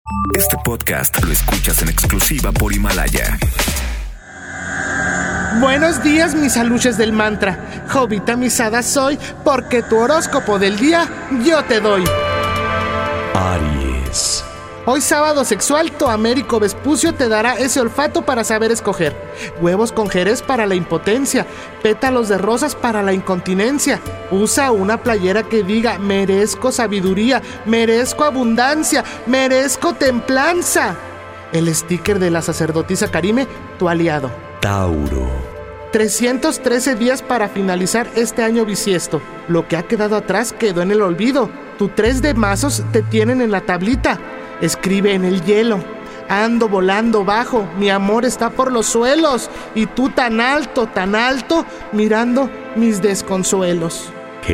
Este podcast lo escuchas en exclusiva por Himalaya. Buenos días, mis aluches del mantra. Jovita misada soy, porque tu horóscopo del día yo te doy. Aries. Hoy sábado sexual, tu Américo Vespucio te dará ese olfato para saber escoger. Huevos con jerez para la impotencia, pétalos de rosas para la incontinencia. Usa una playera que diga: merezco sabiduría, merezco abundancia, merezco templanza. El sticker de la sacerdotisa Karime, tu aliado. Tauro. 313 días para finalizar este año bisiesto. Lo que ha quedado atrás quedó en el olvido. Tu 3 de mazos te tienen en la tablita. Escribe en el hielo: ando volando bajo, mi amor está por los suelos, y tú tan alto, mirando mis desconsuelos.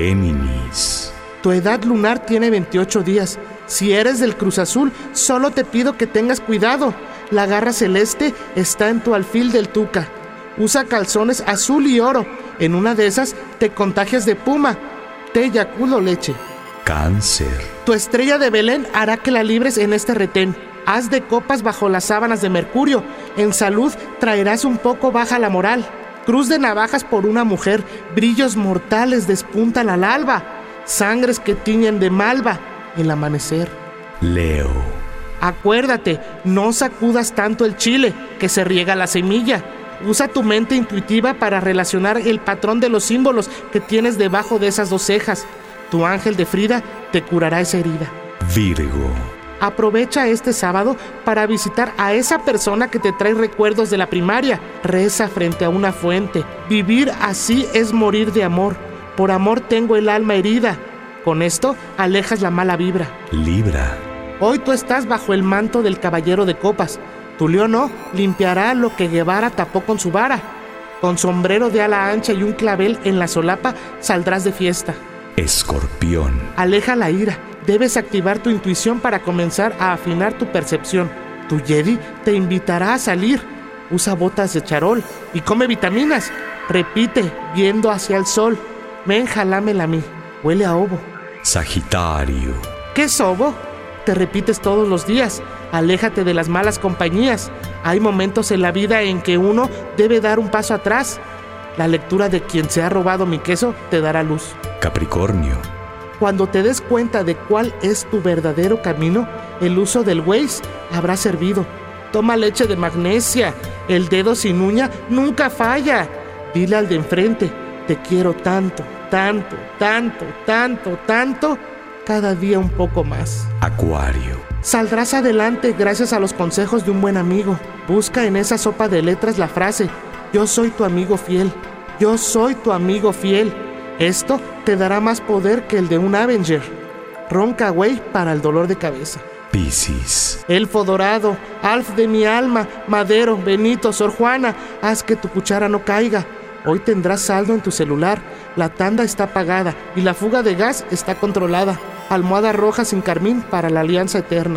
Géminis. Tu edad lunar tiene 28 días. Si eres del Cruz Azul, solo te pido que tengas cuidado. La garra celeste está en tu alfil del Tuca. Usa calzones azul y oro. En una de esas te contagias de puma. Té, Yakult o leche. Cáncer. Tu estrella de Belén hará que la libres en este retén. Haz de copas bajo las sábanas de Mercurio. En salud traerás un poco baja la moral. Cruz de navajas por una mujer. Brillos mortales despuntan al alba. Sangres que tiñen de malva el amanecer. Leo. Acuérdate, no sacudas tanto el chile, que se riega la semilla. Usa tu mente intuitiva para relacionar el patrón de los símbolos que tienes debajo de esas 2 cejas. Tu ángel de Frida te curará esa herida. Virgo. Aprovecha este sábado para visitar a esa persona que te trae recuerdos de la primaria. Reza frente a una fuente. Vivir así es morir de amor. Por amor tengo el alma herida. Con esto alejas la mala vibra. Libra. Hoy tú estás bajo el manto del caballero de copas. Tu león no limpiará lo que Guevara tapó con su vara. Con sombrero de ala ancha y un clavel en la solapa saldrás de fiesta. Escorpión. Aleja la ira. Debes activar tu intuición para comenzar a afinar tu percepción. Tu Jedi te invitará a salir. Usa botas de charol y come vitaminas. Repite, viendo hacia el sol: ven, jalámela a mí. Huele a ovo. Sagitario. ¿Qué es ovo? Te repites todos los días. Aléjate de las malas compañías. Hay momentos en la vida en que uno debe dar un paso atrás. La lectura de Quien se ha robado mi queso te dará luz. Capricornio. Cuando te des cuenta de cuál es tu verdadero camino, el uso del Waze habrá servido. Toma leche de magnesia. El dedo sin uña nunca falla. Dile al de enfrente: te quiero tanto, tanto, tanto, tanto, tanto, cada día un poco más. Acuario. Saldrás adelante gracias a los consejos de un buen amigo. Busca en esa sopa de letras la frase: yo soy tu amigo fiel. Yo soy tu amigo fiel. Esto te dará más poder que el de un Avenger. Ronca güey para el dolor de cabeza. Piscis. Elfo dorado, Alf de mi alma, Madero, Benito, Sor Juana, haz que tu cuchara no caiga. Hoy tendrás saldo en tu celular. La tanda está pagada y la fuga de gas está controlada. Almohada roja sin carmín para la alianza eterna.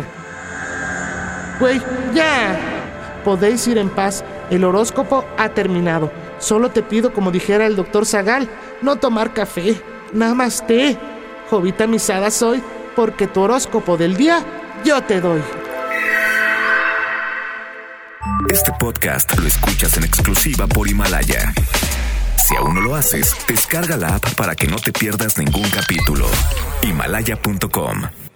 Güey, ya. Podéis ir en paz. El horóscopo ha terminado. Solo te pido, como dijera el doctor Zagal, no tomar café. Namaste. Jovita misada soy, porque tu horóscopo del día yo te doy. Este podcast lo escuchas en exclusiva por Himalaya. Si aún no lo haces, descarga la app para que no te pierdas ningún capítulo. Himalaya.com